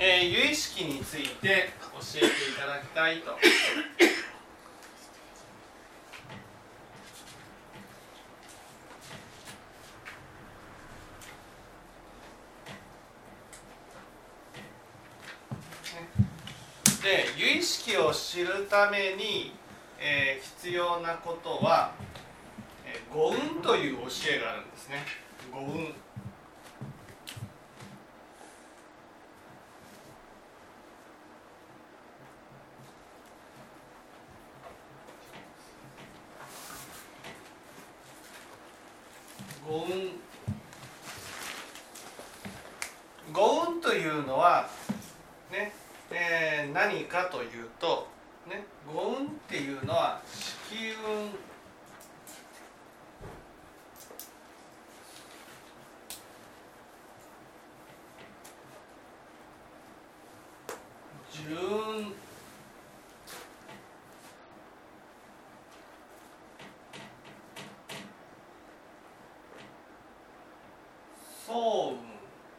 由意識について教えていただきたいと。で、由意識を知るために、必要なことは、五運という教えがあるんですね。五運。五運。五運というのはね、何かというと、ね、五運っていうのは色運、寿運、相運、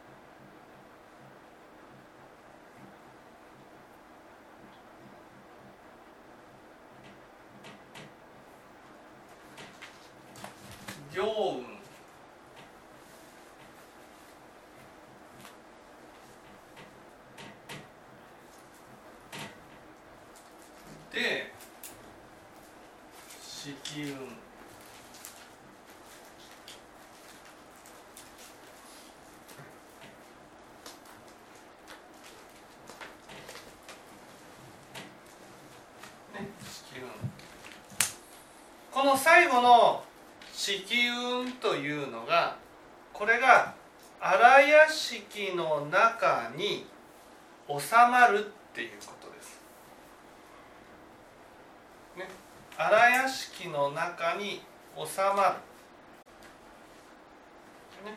行運、で色運、この最後の色運というのが、これが荒屋敷の中に収まるっていうことです。ね、荒屋敷の中に収まる。ね、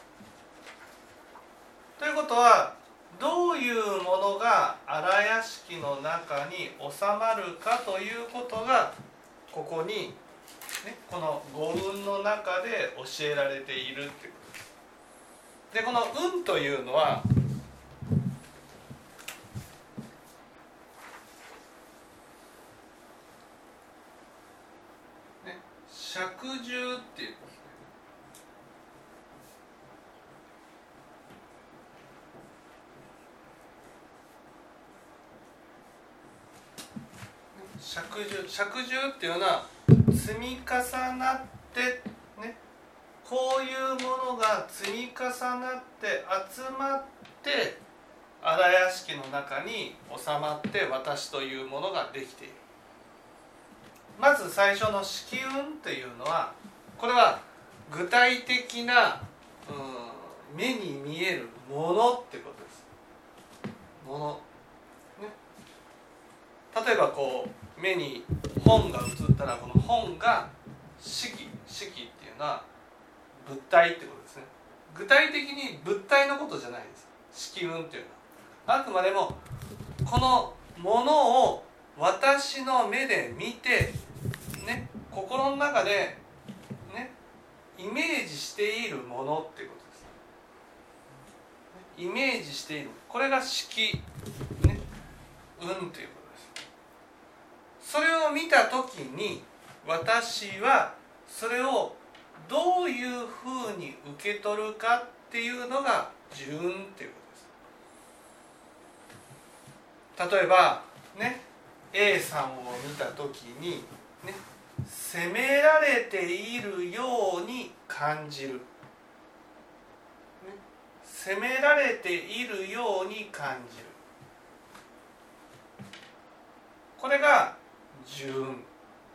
ということは、どういうものが荒屋敷の中に収まるかということが、ここにね、この五運の中で教えられているっていうことです。で、この運というのは、ね、釈重っていうんですね。釈重っていうのは積み重なってね、こういうものが積み重なって集まって荒屋敷の中に収まって私というものができている。まず最初の色運っていうのは、これは具体的な、目に見えるものってことです。もの、ね、例えばこう目に本が映ったら、この本が色っていうのは物体ってことですね。具体的に物体のことじゃないです。色運っていうのはあくまでもこのものを私の目で見て、ね、心の中で、ね、イメージしているものっていうことです。イメージしている、これが色、ね、運ということです。それを見たときに、私はそれをどういうふうに受け取るかっていうのが寿運っていうことです。例えばね、A さんを見たときに、ね、責められているように感じる、ね、責められているように感じる、これが寿運、ね、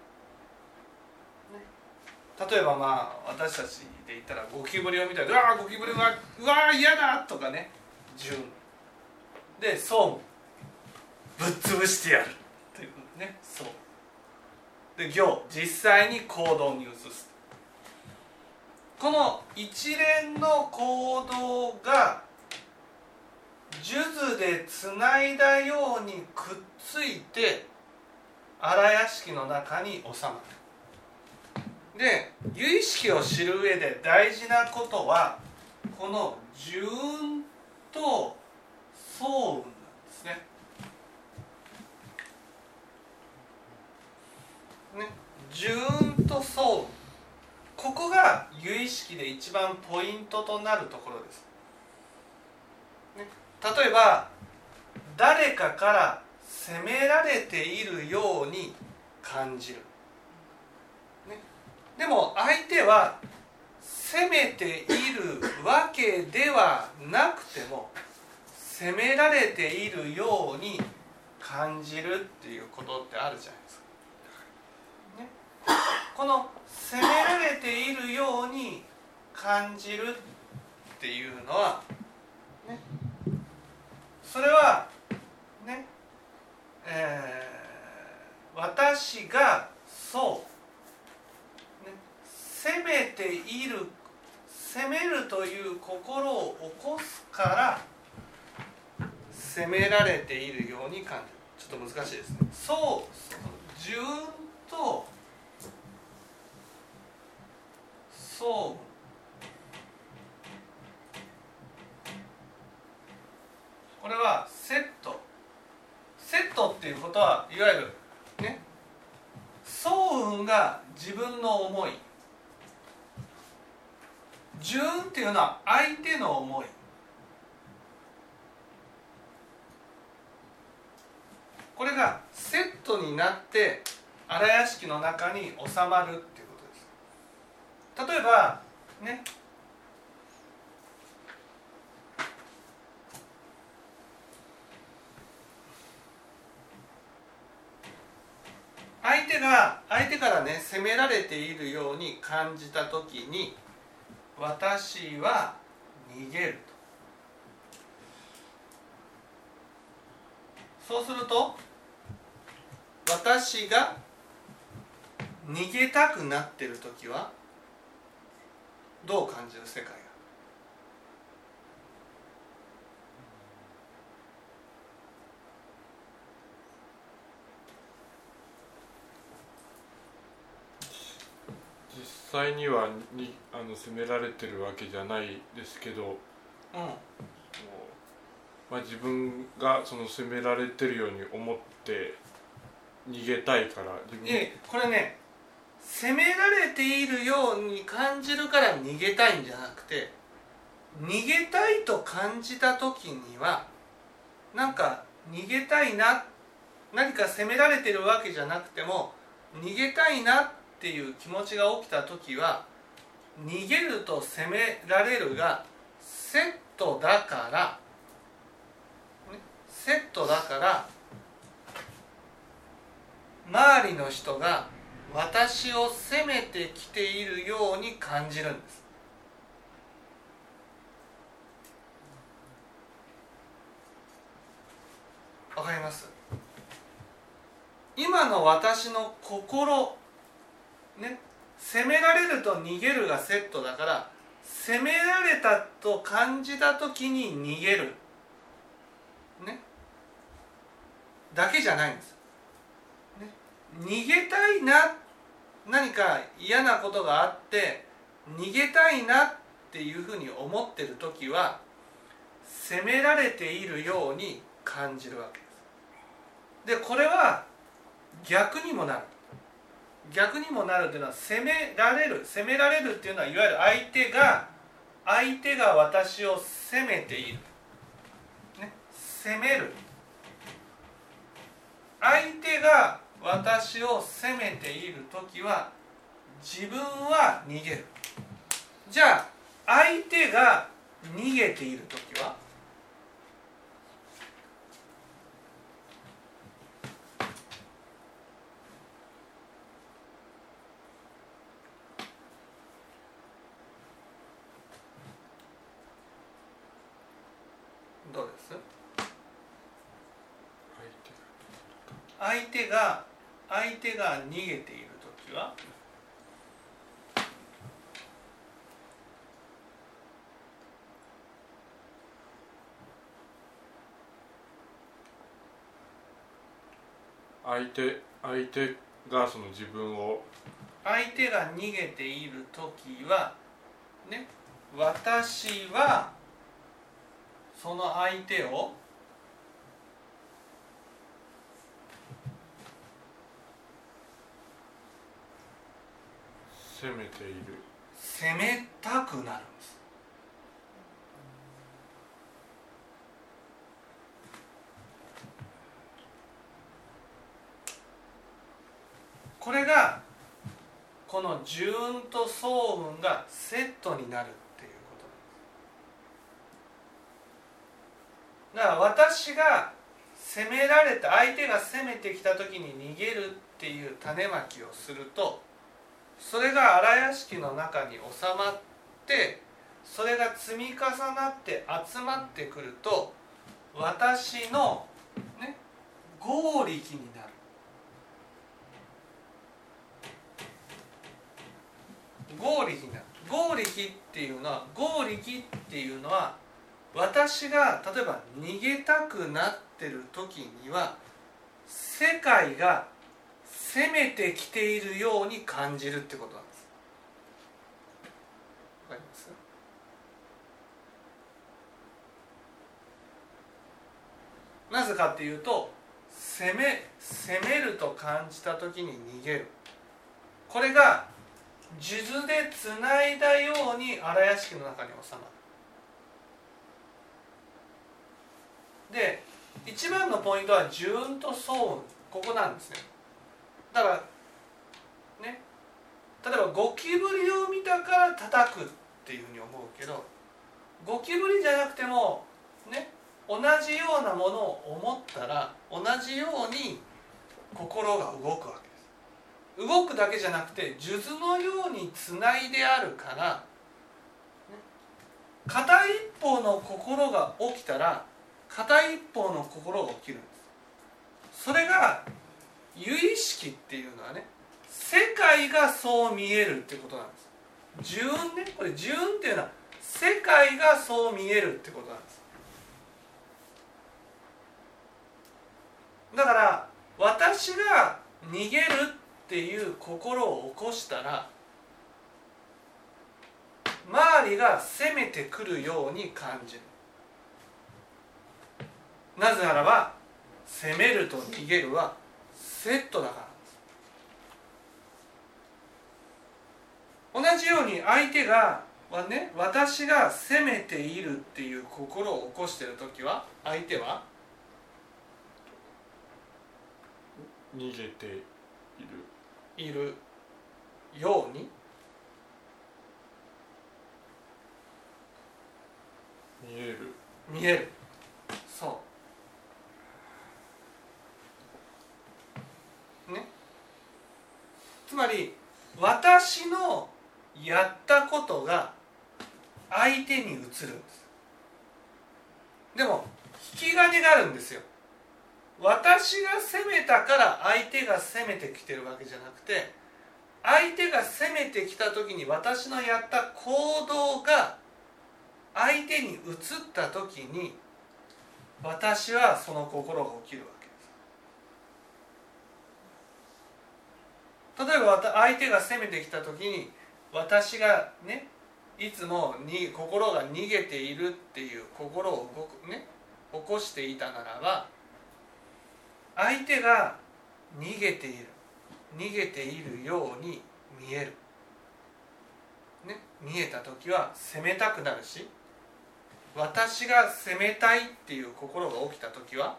例えば私たちで言ったらゴキブリを見たら、うわーゴキブリはうわー嫌だとかね、寿運で、相運、ぶっ潰してやるということね。そうで、行、実際に行動に移す。この一連の行動が数珠でつないだようにくっついて荒屋敷の中に収まる。で、由意識を知る上で大事なことは、この寿運と相運なんですね。従運と相運、ここが由意識で一番ポイントとなるところです。例えば誰かから責められているように感じる、でも相手は責めているわけではなくても責められているように感じるっていうことってあるじゃないですか、この責められているように感じるっていうのは、それはね、私がそう、責めている、責めるという心を起こすから責められているように感じる。ちょっと難しいですね。そう従運と相運、これはセットっていうことはいわゆるね、相運が自分の思い、従運っていうのは相手の思い、これがセットになって荒屋敷の中に収まるっていうことです。例えばね、相手からね責められているように感じたときに、私は逃げると。そうすると私が逃げたくなっているときはどう感じる世界が。 実際には責められてるわけじゃないですけど、自分がその責められてるように思って逃げたいからこれね、責められているように感じるから逃げたいんじゃなくて、逃げたいと感じた時にはなんか逃げたいな、何か責められてるわけじゃなくても逃げたいなっていう気持ちが起きた時は、逃げると責められるがセットだから、周りの人が私を責めてきているように感じるんです。わかります？今の私の心ね、責められると逃げるがセットだから、責められたと感じた時に逃げるねだけじゃないんです、逃げたいな、何か嫌なことがあって逃げたいなっていうふうに思ってる時は責められているように感じるわけです。でこれは逆にもなるっていうのは、責められるっていうのは、いわゆる相手が私を責めている、責める、相手が私を責めているときは自分は逃げる。じゃあ相手が逃げているときはどうです？相手が逃げているときは相手がその自分を、 相手が逃げているときはね、私はその相手を攻めている。 攻めたくなるんです。これがこの受運と相運がセットになるっていうことなんです。だから私が攻められた、相手が攻めてきた時に逃げるっていう種まきをすると、それが荒屋敷の中に収まって、それが積み重なって集まってくると、私のね、合力になる。合力になる。合力っていうのは、私が例えば逃げたくなってる時には、世界が攻めてきているように感じるってことなんです。わかります？なぜかっていうと、攻めると感じた時に逃げる。これが数珠でつないだように荒屋敷の中に収まる。で、一番のポイントは受運と相運、ここなんですね。だからね、例えばゴキブリを見たから叩くっていうふうに思うけど、ゴキブリじゃなくてもね、同じようなものを思ったら同じように心が動くわけです。動くだけじゃなくて数珠のようにつないであるから、ね、片一方の心が起きたら片一方の心が起きるんです。それが由意識っていうのはね、世界がそう見えるってことなんです。受運ね、これ受運っていうのは世界がそう見えるってことなんです。だから私が逃げるっていう心を起こしたら、周りが攻めてくるように感じる。なぜならば攻めると逃げるはセットだからなんです。同じように相手がね、私が攻めているっていう心を起こしているときは、相手は逃げているように見える。そうね。つまり私のやったことが相手に移るんです。でも引き金があるんですよ。私が攻めたから相手が攻めてきてるわけじゃなくて、相手が攻めてきた時に私のやった行動が相手に移った時に、私はその心が起きるわけです。例えば相手が攻めてきた時に、私がね、いつもに心が逃げているっていう心を起こしていたならば、相手が逃げているように見える、ね、見えた時は攻めたくなるし、私が攻めたいっていう心が起きた時は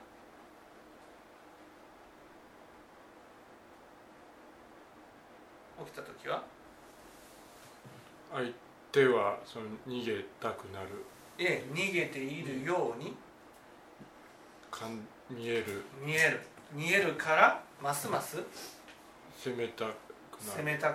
相手はその逃げたくなる、 逃げているように見えるからますます攻めたくなる。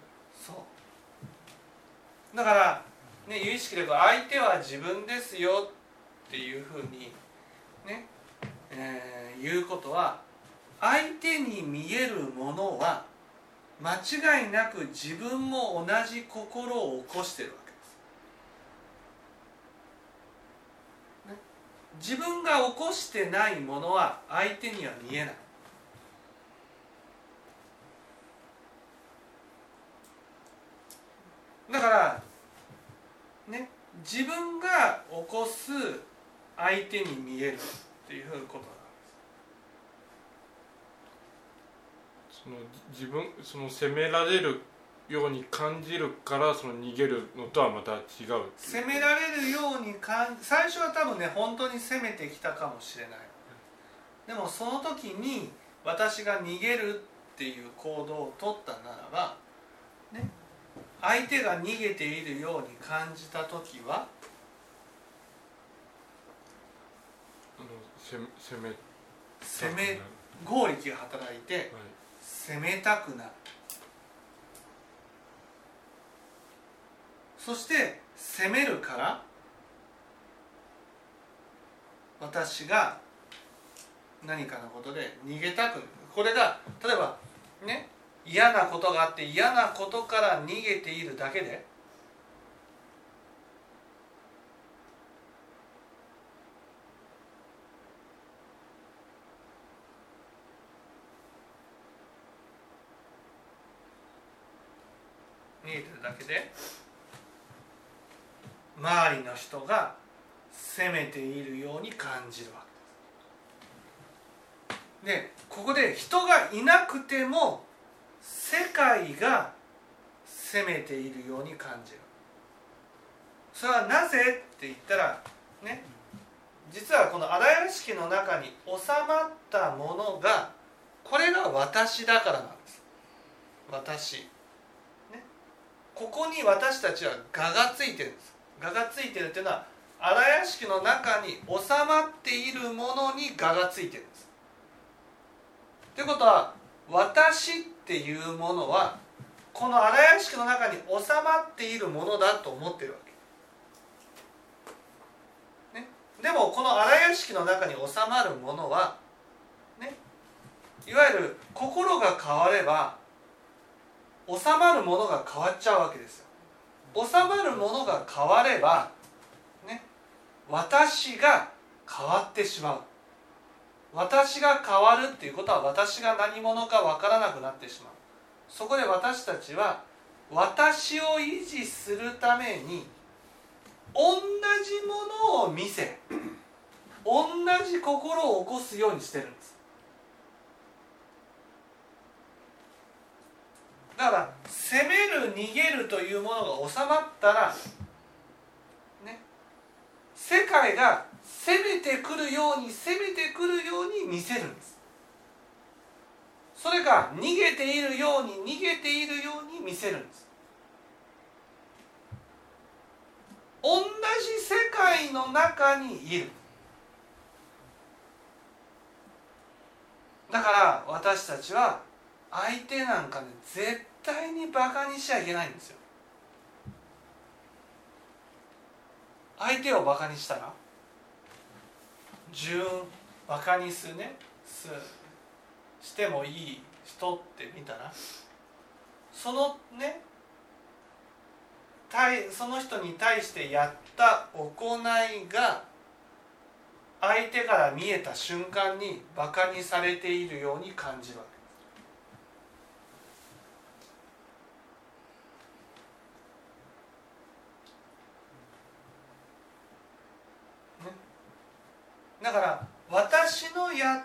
そうだからね、有意識で相手は自分ですよっていうふうにね、言うことは、相手に見えるものは間違いなく自分も同じ心を起こしているわけです、ね、自分が起こしてないものは相手には見えない。だからね、自分が起こす相手に見えるっていうことなんです。 その責められるように感じるからその逃げるのとはまた違う。 責められるように最初は多分ね本当に責めてきたかもしれない。でもその時に私が逃げるっていう行動を取ったならば、ね、相手が逃げているように感じた時は攻め合力が働いて、はい、攻めたくなる。そして攻めるから私が何かのことで逃げたくなる。これが例えばね、嫌なことがあって嫌なことから逃げているだけで周りの人が責めているように感じるわけです。で、ここで人がいなくても世界が責めているように感じる。それはなぜって言ったらね、実はこの荒屋敷の中に収まったものがこれが私だからなんです。私、ね、ここに私たちは我がついてるんです。我がついてるっていうのは荒屋敷の中に収まっているものに我がついてるんです。ということは私っていうものはこの荒屋敷の中に収まっているものだと思ってるわけ、ね、でもこの荒屋敷の中に収まるものは、ね、いわゆる心が変われば収まるものが変わっちゃうわけですよ。収まるものが変われば、ね、私が変わってしまう。私が変わるっていうことは私が何者か分からなくなってしまう。そこで私たちは私を維持するために同じものを見せ、同じ心を起こすようにしてるんです。だから攻める逃げるというものが収まったら、ね、世界が攻めてくるように見せるんです。それが逃げているように見せるんです。同じ世界の中にいる。だから私たちは相手なんかね絶対にバカにしちゃいけないんですよ。相手をバカにしたらバカにするねしてもいい人って見たらそのねその人に対してやった行いが相手から見えた瞬間にバカにされているように感じるわけ。だから私のや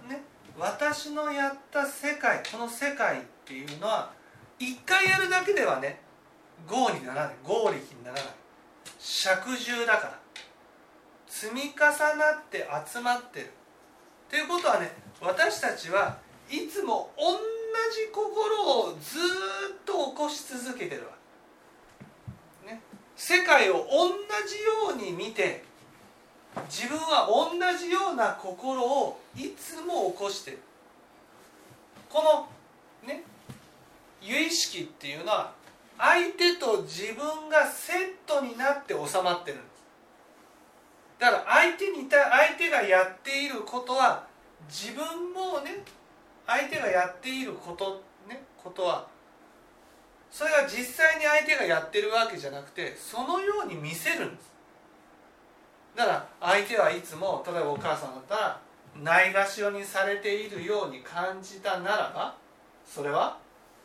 った世界、この世界っていうのは一回やるだけではね合にならない、合力にならない。釈重だから積み重なって集まってるということはね、私たちはいつも同じ心をずっと起こし続けてるわけ、ね、世界を同じように見て自分は同じような心をいつも起こしている。このね由意識っていうのは相手と自分がセットになって収まってるんです。だから相手がやっていることは自分もね相手がやっていることはそれが実際に相手がやってるわけじゃなくてそのように見せるんです。だから相手はいつも例えばお母さんだったらないがしろにされているように感じたならばそれは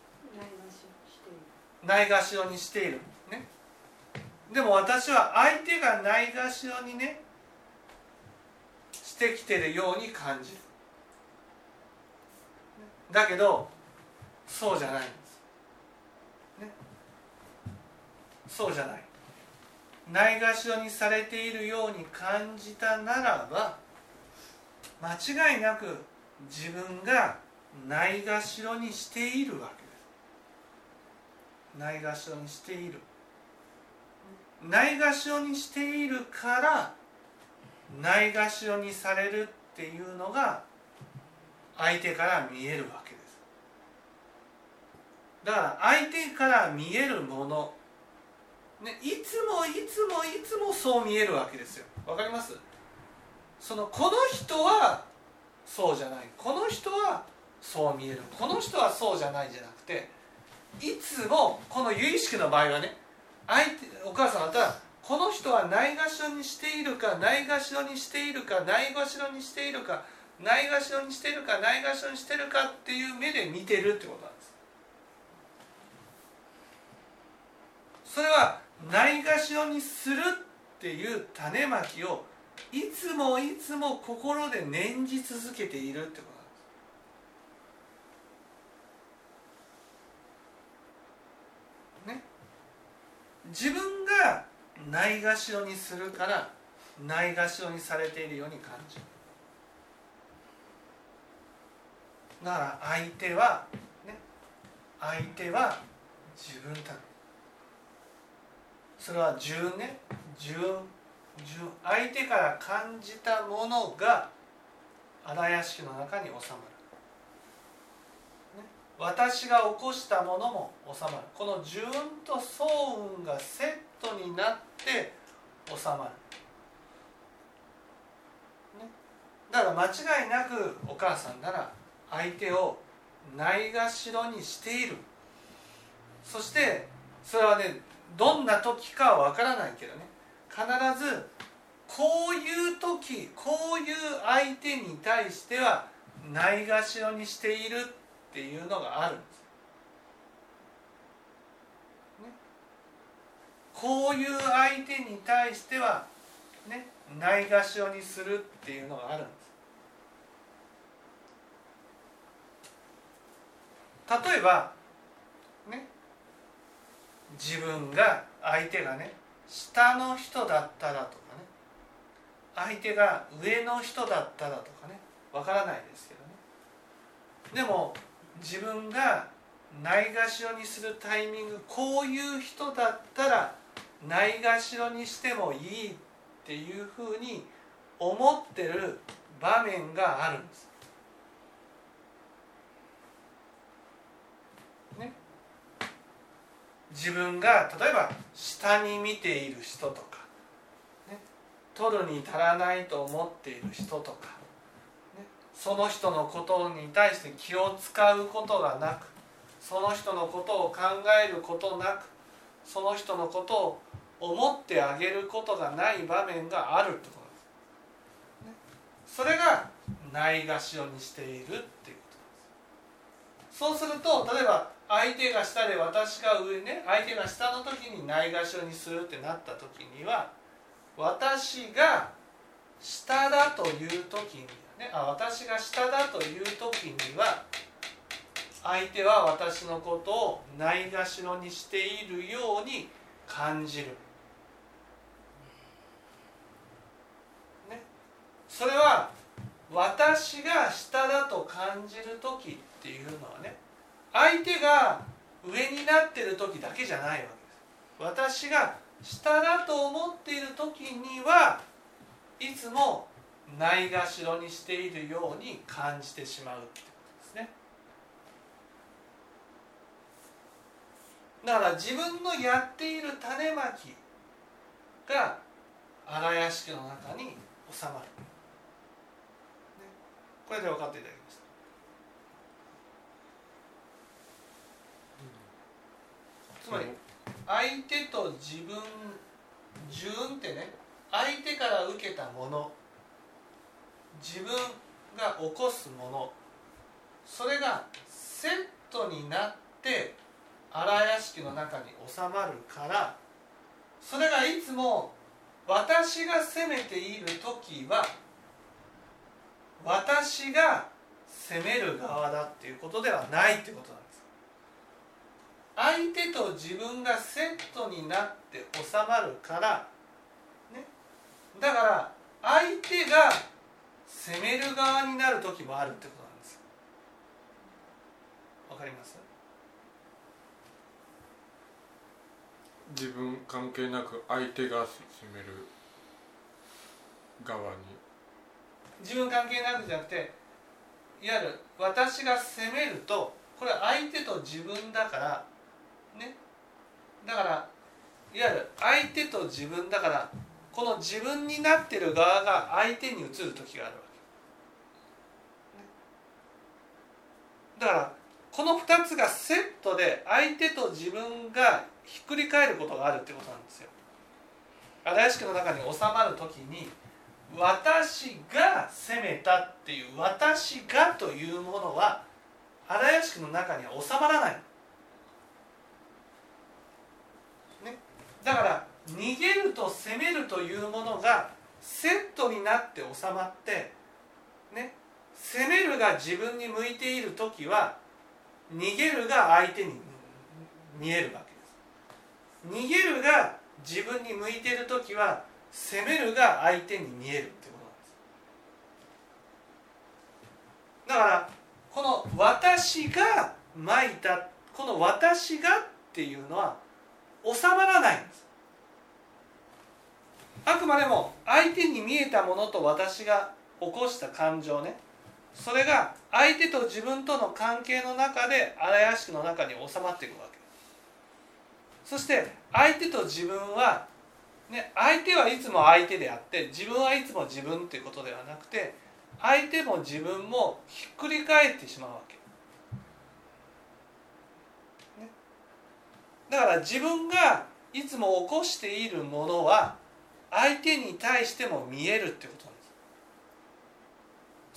ないがしろにしている、ね、でも私は相手がないがしろにねしてきているように感じる。だけどそうじゃないんです、ね、 そうじゃない、ないがしろにされているように感じたならば、間違いなく自分がないがしろにしているわけです。ないがしろにしている。ないがしろにしているからないがしろにされるっていうのが相手から見えるわけです。だから相手から見えるもの、ね、いつもそう見えるわけですよ。わかります？この人はそうじゃない、この人はそう見える、この人はそうじゃないじゃなくて、いつもこの由意識の場合はね、お母さんだったらこの人はないがしろにしているか、ないがしろにしているか、ないがしろにしているか、ないがしろにしているか、ないがしろにしているかっていう目で見てるってことなんです。それはないがしろにするっていう種まきをいつも心で念じ続けているってことなんですね。自分がないがしろにするからないがしろにされているように感じる。だから相手は自分たち、それは相手から感じたものが荒屋敷の中に収まる、ね、私が起こしたものも収まる。この受運と相運がセットになって収まる、ね、だから間違いなくお母さんなら相手をないがしろにしている。そしてそれはね、どんな時かは分からないけどね、必ずこういう時、こういう相手に対してはないがしろにしているっていうのがあるんです、ね、こういう相手に対しては、ね、ないがしろにするっていうのがあるんです。例えばね、自分が相手がね下の人だったらとかね、相手が上の人だったらとかね、わからないですけどね、でも自分がないがしろにするタイミング、こういう人だったらないがしろにしてもいいっていうふうに思ってる場面があるんですね。自分が例えば下に見ている人とか、ね、取るに足らないと思っている人とか、ね、その人のことに対して気を使うことがなく、その人のことを考えることなく、その人のことを思ってあげることがない場面があるってことなんです、ね、それがないがしろにしているっていうことなんです。そうすると例えば相手が下で私が上ね、相手が下の時にないがしろにするってなった時には、私が下だという時にね、私が下だという時には相手は私のことをないがしろにしているように感じる、ね、それは私が下だと感じる時っていうのはね、相手が上になっている時だけじゃないわけです。私が下だと思っている時にはいつもないがしろにしているように感じてしまうってことですね。だから自分のやっている種まきが荒屋敷の中に収まる、ね、これで分かっていただきました。つまり相手と自分、受運ってね、相手から受けたもの、自分が起こすもの、それがセットになって荒屋敷の中に収まるから、それがいつも私が責めている時は私が責める側だっていうことではないっていうことなんです。 相手と自分がセットになって収まるから、ね、だから相手が攻める側になる時もあるってことなんです。わかります？ 自分関係なく相手が攻める側に。 自分関係なくじゃなくて、いわゆる私が攻めると、これは相手と自分だからね、だからいわゆる相手と自分だから、この自分になってる側が相手に移る時があるわけ、だからこの2つがセットで相手と自分がひっくり返ることがあるってことなんですよ。荒屋敷の中に収まる時に、私が攻めたっていう私がというものは荒屋敷の中には収まらない、ね、だから逃げると攻めるというものがセットになって収まって、ね、攻めるが自分に向いている時は逃げるが相手に見えるわけです。逃げるが自分に向いている時は攻めるが相手に見えるってことなんです。だからこの私がまいた、この私がっていうのは収まらないんです。あくまでも相手に見えたものと私が起こした感情ね、それが相手と自分との関係の中で荒屋敷の中に収まっていくわけ。そして相手と自分はね、相手はいつも相手であって自分はいつも自分ということではなくて、相手も自分もひっくり返ってしまうわけ、ね、だから自分がいつも起こしているものは相手に対しても見えるってことなんです。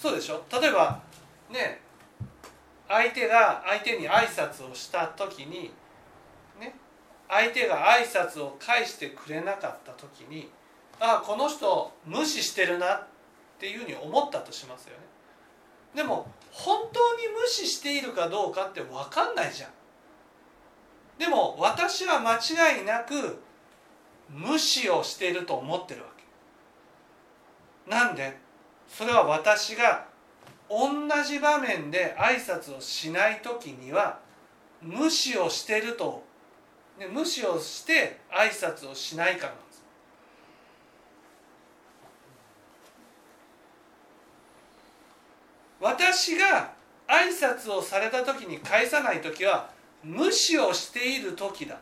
そうでしょ。例えばね、相手に挨拶をした時にね、相手が挨拶を返してくれなかった時に、ああこの人無視してるなっていうふうに思ったとしますよね。でも本当に無視しているかどうかって分かんないじゃん。でも私は間違いなく無視をしていると思ってるわけ。なんで？それは私が同じ場面で挨拶をしない時には無視をしてると、無視をして挨拶をしないからなんです。私が挨拶をされた時に返さない時は無視をしている時だ。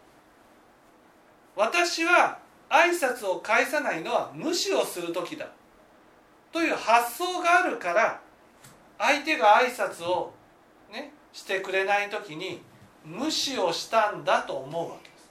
私は挨拶を返さないのは無視をする時だという発想があるから、相手が挨拶を、ね、してくれない時に無視をしたんだと思うわけです。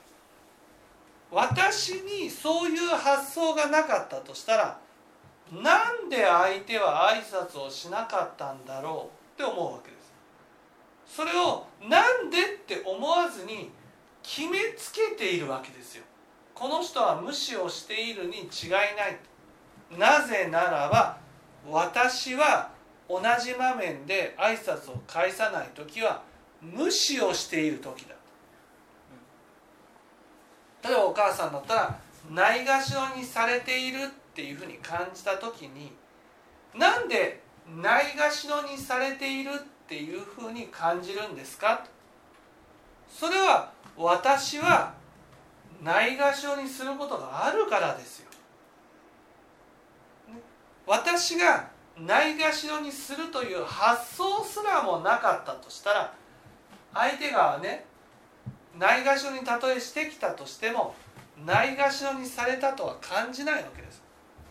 私にそういう発想がなかったとしたら、なんで相手は挨拶をしなかったんだろうって思うわけです。それをなんでって思わずに決めつけているわけですよ。この人は無視をしているに違いない。なぜならば私は同じ場面で挨拶を返さないときは無視をしているときだ。例えばお母さんだったらないがしろにされているっていうふうに感じたときに、なんでないがしろにされているっていうふうに感じるんですか？それは私はないがしろにすることがあるからですよ。私がないがしろにするという発想すらもなかったとしたら、相手がね、ないがしろにたとえしてきたとしてもないがしろにされたとは感じないわけです。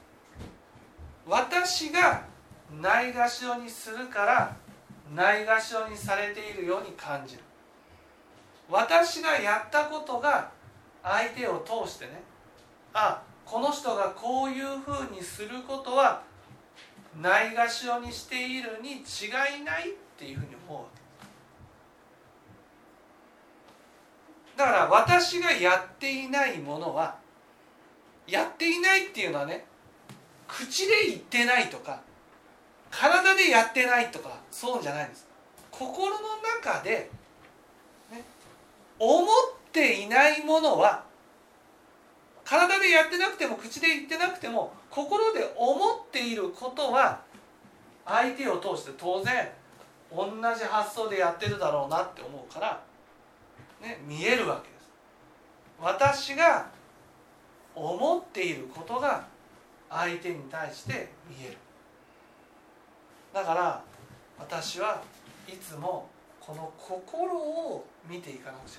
私がないがしろにするからないがしろにされているように感じる。私がやったことが相手を通してね、あ、この人がこういうふうにすることはないがしろにしているに違いないっていうふうに思うわけだから、私がやっていないものは、やっていないっていうのはね、口で言ってないとか体でやってないとかそうじゃないんです。心の中で、ね、 思っていないものは体でやってなくても口で言ってなくても心で思っていることは相手を通して当然同じ発想でやってるだろうなって思うから、ね、見えるわけです。私が思っていることが相手に対して見える。だから私はいつもこの心を見ていかなくちゃい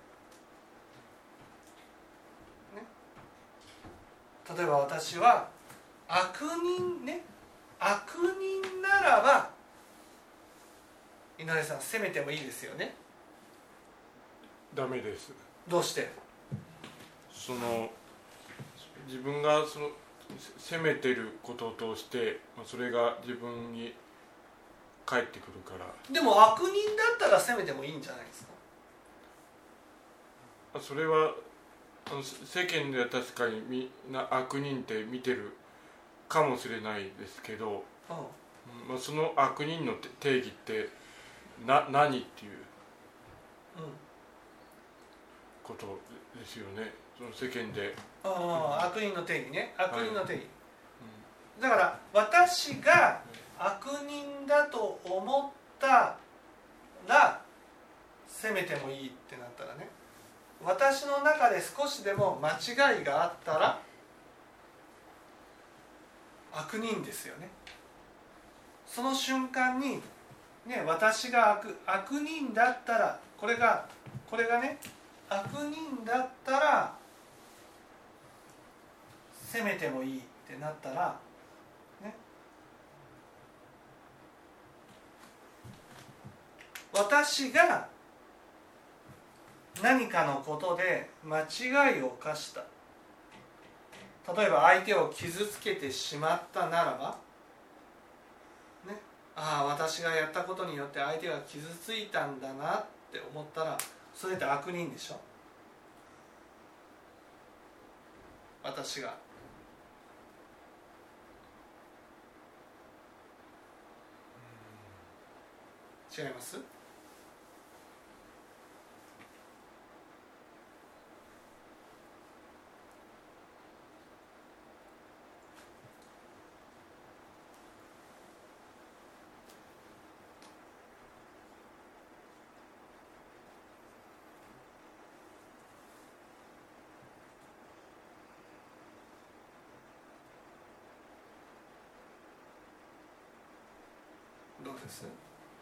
けない、ね、例えば私は悪人ね、悪人ならば井上さん責めてもいいですよね。 ダメです。 どうして？ 自分が責めてることを通してそれが自分に返ってくるから。 でも悪人だったら責めてもいいんじゃないですか？ それは世間では確かにみんな悪人って見てるかもしれないですけど、その悪人の定義って何っていうことですよね。その世間で悪人の定義ね。悪人の定義、だから私が悪人だと思ったら責めてもいいってなったらね、私の中で少しでも間違いがあったら悪人ですよね。その瞬間に、ね、私が悪人だったらこれがね、悪人だったら責めてもいいってなったら、ね、私が何かのことで間違いを犯した、例えば相手を傷つけてしまったならば、ね、私がやったことによって相手が傷ついたんだなって思ったらそれって悪人でしょ。私が違います？どうです？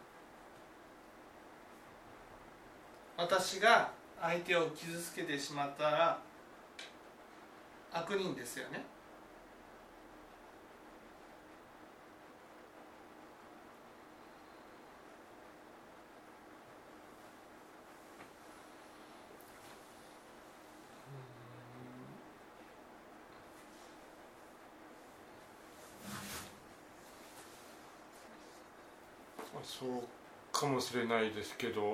私が相手を傷つけてしまったら悪人ですよね。 そうかもしれないですけど、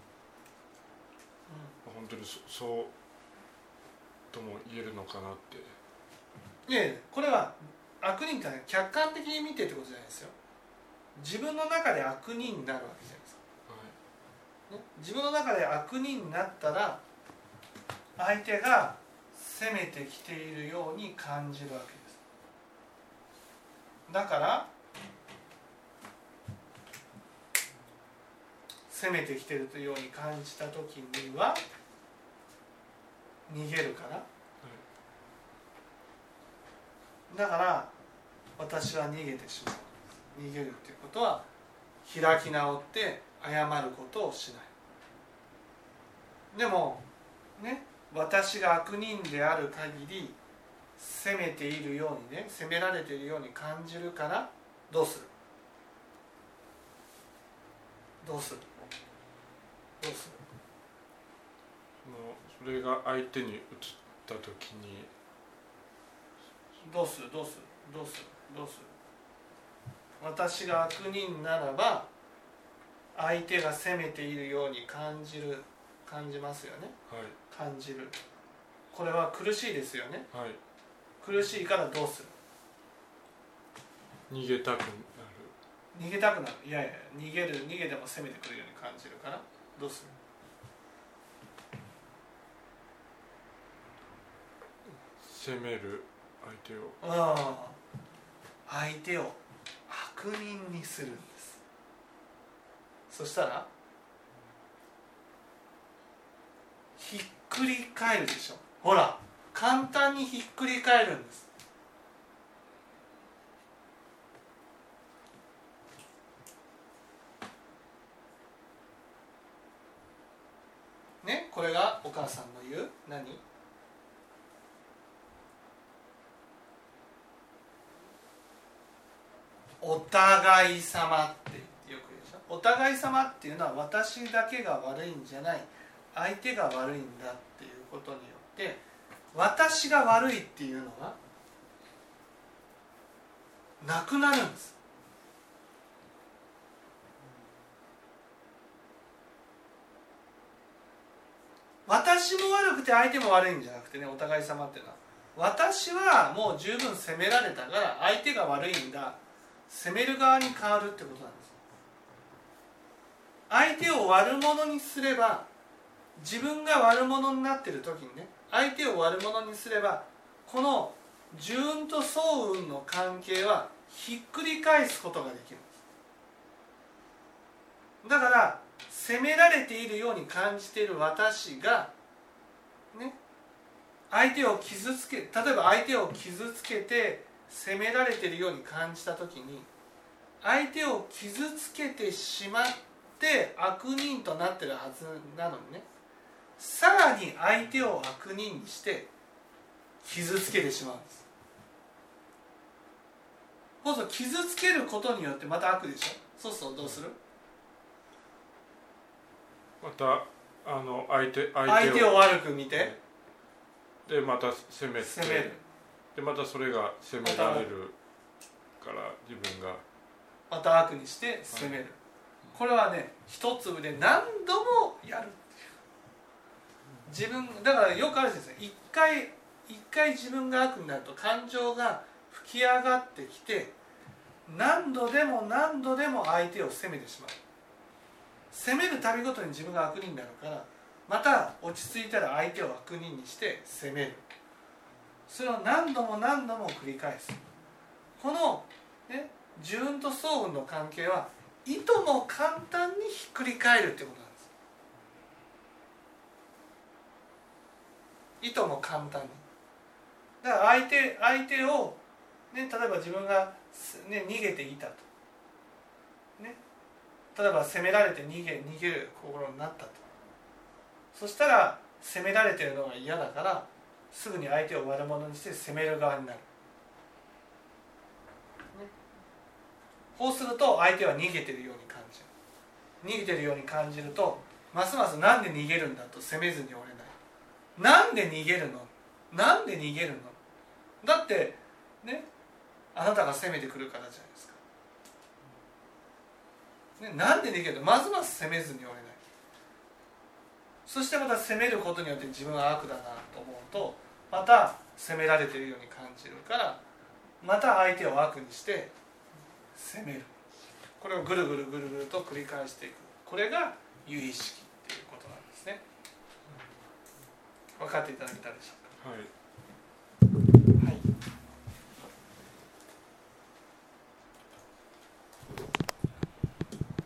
本当にそうとも言えるのかなって。 いやいや、これは悪人って客観的に見てってことじゃないですよ。自分の中で悪人になるわけじゃないですか、ね、自分の中で悪人になったら相手が攻めてきているように感じるわけです。だから攻めてきているというように感じた時には逃げるから、だから私は逃げてしまう。逃げるっていうことは開き直って謝ることをしない。でもね、私が悪人である限り責めているようにね、責められているように感じるからどうする？どうする？どうする？ それが相手に移った時にどうする？どうする？どうする？どうする？私が悪人ならば相手が責めているように感じますよね、 はい、 感じる。これは苦しいですよね、 はい、 苦しいからどうする？ 逃げたくなる。 逃げたくなる。いやいや、逃げても攻めてくるように感じるからどうする？ 責める相手を、 相手を悪人にするんです。そしたらひっくり返るでしょ。ほら簡単にひっくり返るんです。ね、これがお母さんの言う何？お互い様ってよく言うでしょ。お互い様っていうのは私だけが悪いんじゃない、相手が悪いんだっていうことによって私が悪いっていうのがなくなるんです。私も悪くて相手も悪いんじゃなくてね、お互い様っていうのは私はもう十分責められたから相手が悪いんだ、責める側に変わるってことなんです。相手を悪者にすれば、自分が悪者になっている時にね、相手を悪者にすればこの受運と相運の関係はひっくり返すことができるんです。だから責められているように感じている私がね、相手を傷つけ、例えば相手を傷つけて責められているように感じた時に、相手を傷つけてしまって悪人となっているはずなのにね、さらに相手を悪人にして傷つけてしまうんです。そうすると傷つけることによってまた悪でしょ。そうするとどうする？ また相手を悪く見て、 でまた責める、でまたそれが責められるから自分がまた悪にして責める、これはね一粒で何度もやる。自分だからよくあるんですよ。一回自分が悪になると感情が吹き上がってきて、何度でも何度でも相手を責めてしまう。責めるたびごとに自分が悪人になるから、また落ち着いたら相手を悪人にして責める。それを何度も何度も繰り返す。この、ね、受運と相運の関係はいとも簡単にひっくり返るということなんです。いとも簡単に。だから相手を、ね、例えば自分が、ね、逃げていたと、ね、例えば責められて逃げる心になったと。そしたら責められているのが嫌だからすぐに相手を悪者にして責める側になる、ね、こうすると相手は逃げているように感じる。逃げているように感じるとますますなんで逃げるんだと責めずにおれない。なんで逃げるの？なんで逃げるの？だってね、あなたが攻めてくるからじゃないですか、ね、なんで逃げるの？ますます攻めずにおれない。そしてまた攻めることによって自分は悪だなと思うとまた責められているように感じるから、また相手を悪にして責める。これをぐるぐるぐるぐると繰り返していく。これが由意識っていうことなんですね。分かっていただけたでしょうか。 はい。